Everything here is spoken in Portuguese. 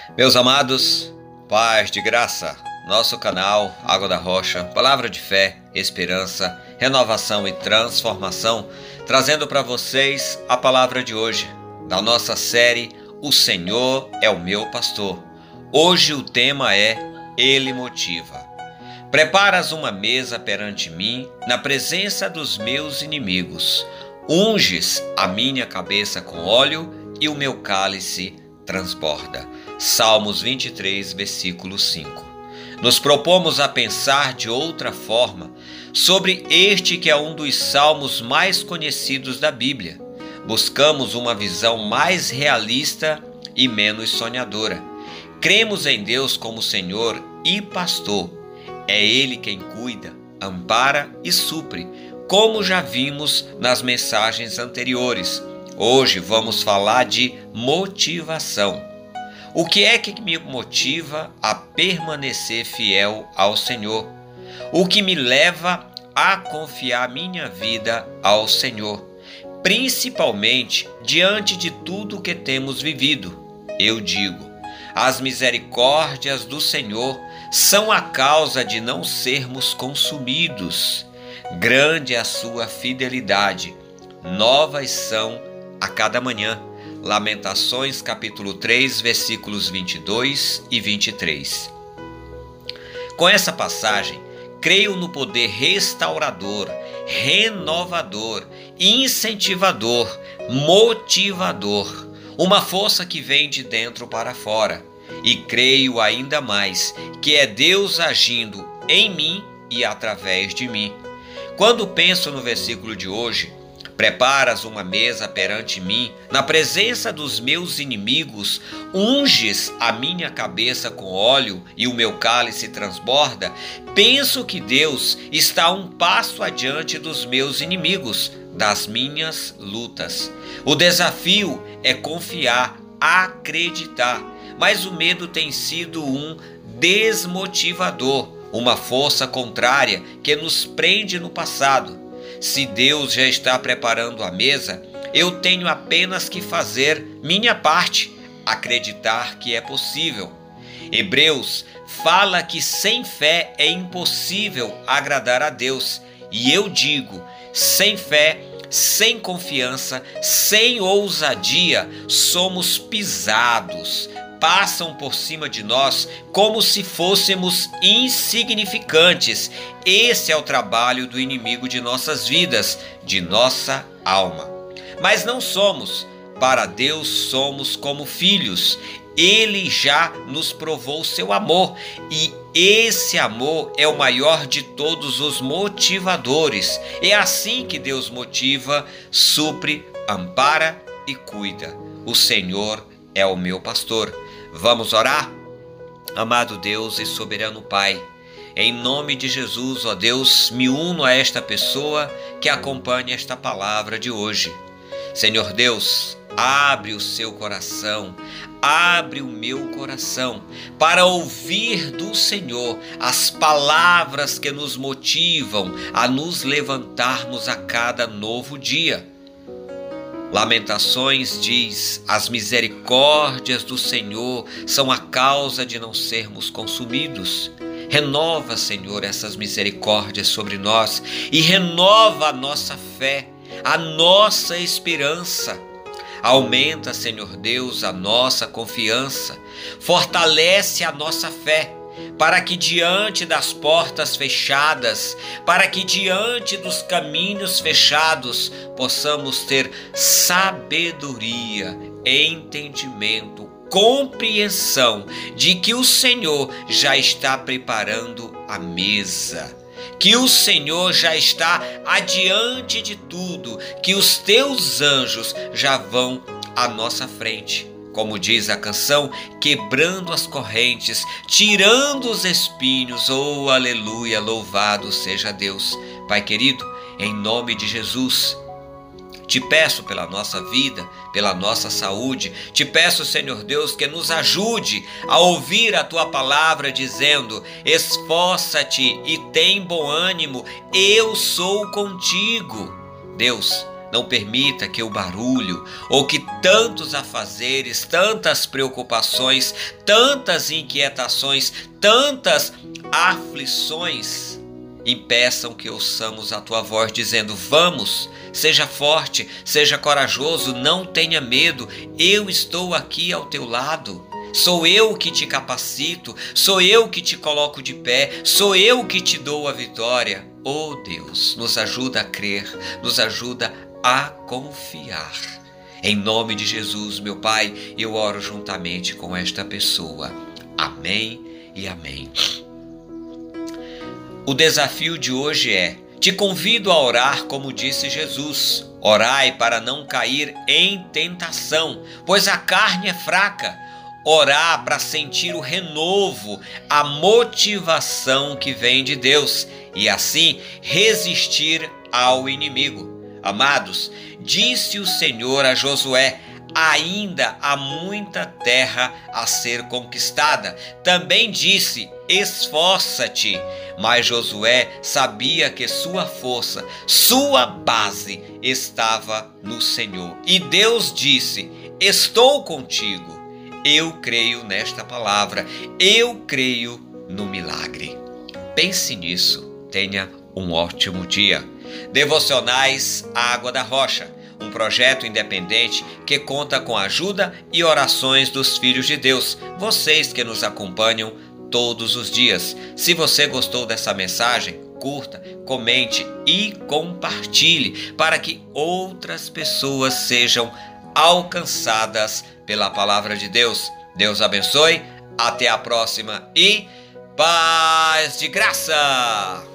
Meus amados, paz de graça, nosso canal Água da Rocha, palavra de fé, esperança, renovação e transformação, trazendo para vocês a palavra de hoje, da nossa série O Senhor é o meu pastor. Hoje o tema é Ele motiva. Preparas uma mesa perante mim, na presença dos meus inimigos. Unges a minha cabeça com óleo e o meu cálice transborda. Salmos 23, versículo 5. Nos propomos a pensar de outra forma sobre este que é um dos salmos mais conhecidos da Bíblia. Buscamos uma visão mais realista e menos sonhadora. Cremos em Deus como Senhor e pastor. É Ele quem cuida, ampara e supre, como já vimos nas mensagens anteriores. Hoje vamos falar de motivação. O que é que me motiva a permanecer fiel ao Senhor? O que me leva a confiar minha vida ao Senhor? Principalmente diante de tudo que temos vivido. Eu digo, as misericórdias do Senhor são a causa de não sermos consumidos. Grande é a sua fidelidade, novas são a cada manhã. Lamentações capítulo 3, versículos 22 e 23. Com essa passagem, creio no poder restaurador, renovador, incentivador, motivador, uma força que vem de dentro para fora. E creio ainda mais que é Deus agindo em mim e através de mim. Quando penso no versículo de hoje, preparas uma mesa perante mim, na presença dos meus inimigos, unges a minha cabeça com óleo e o meu cálice transborda, penso que Deus está um passo adiante dos meus inimigos, das minhas lutas. O desafio é confiar, acreditar, mas o medo tem sido um desmotivador, uma força contrária que nos prende no passado. Se Deus já está preparando a mesa, eu tenho apenas que fazer minha parte, acreditar que é possível. Hebreus fala que sem fé é impossível agradar a Deus. E eu digo, sem fé, sem confiança, sem ousadia, somos pisados. Passam por cima de nós como se fôssemos insignificantes. Esse é o trabalho do inimigo de nossas vidas, de nossa alma. Mas não somos. Para Deus somos como filhos. Ele já nos provou seu amor e esse amor é o maior de todos os motivadores. É assim que Deus motiva, supre, ampara e cuida. O Senhor é o meu pastor. Vamos orar? Amado Deus e soberano Pai, em nome de Jesus, ó Deus, me uno a esta pessoa que acompanha esta palavra de hoje. Senhor Deus, abre o seu coração, abre o meu coração para ouvir do Senhor as palavras que nos motivam a nos levantarmos a cada novo dia. Lamentações diz, as misericórdias do Senhor são a causa de não sermos consumidos. Renova, Senhor, essas misericórdias sobre nós e renova a nossa fé, a nossa esperança. Aumenta, Senhor Deus, a nossa confiança, fortalece a nossa fé, para que diante das portas fechadas, para que diante dos caminhos fechados, possamos ter sabedoria, entendimento, compreensão de que o Senhor já está preparando a mesa, que o Senhor já está adiante de tudo, que os teus anjos já vão à nossa frente. Como diz a canção, quebrando as correntes, tirando os espinhos, oh aleluia, louvado seja Deus. Pai querido, em nome de Jesus, te peço pela nossa vida, pela nossa saúde, te peço, Senhor Deus, que nos ajude a ouvir a tua palavra dizendo, esforça-te e tem bom ânimo, eu sou contigo. Deus, Não permita que o barulho ou que tantos afazeres, tantas preocupações, tantas inquietações, tantas aflições impeçam que ouçamos a tua voz dizendo: vamos, seja forte, seja corajoso, não tenha medo, eu estou aqui ao teu lado. Sou eu que te capacito, sou eu que te coloco de pé, sou eu que te dou a vitória. Oh Deus, nos ajuda a crer, nos ajuda a confiar. Em nome de Jesus, meu Pai, eu oro juntamente com esta pessoa. Amém e amém. O desafio de hoje é: te convido a orar como disse Jesus. Orai para não cair em tentação, pois a carne é fraca. Orar para sentir o renovo, a motivação que vem de Deus e assim resistir ao inimigo. Amados, disse o Senhor a Josué: ainda há muita terra a ser conquistada. Também disse: esforça-te. Mas Josué sabia que sua força, sua base estava no Senhor. E Deus disse: estou contigo. Eu creio nesta palavra, eu creio no milagre. Pense nisso, tenha um ótimo dia. Devocionais Água da Rocha, um projeto independente que conta com a ajuda e orações dos filhos de Deus, vocês que nos acompanham todos os dias. Se você gostou dessa mensagem, curta, comente e compartilhe para que outras pessoas sejam alcançadas pela palavra de Deus. Deus abençoe, até a próxima e paz de graça!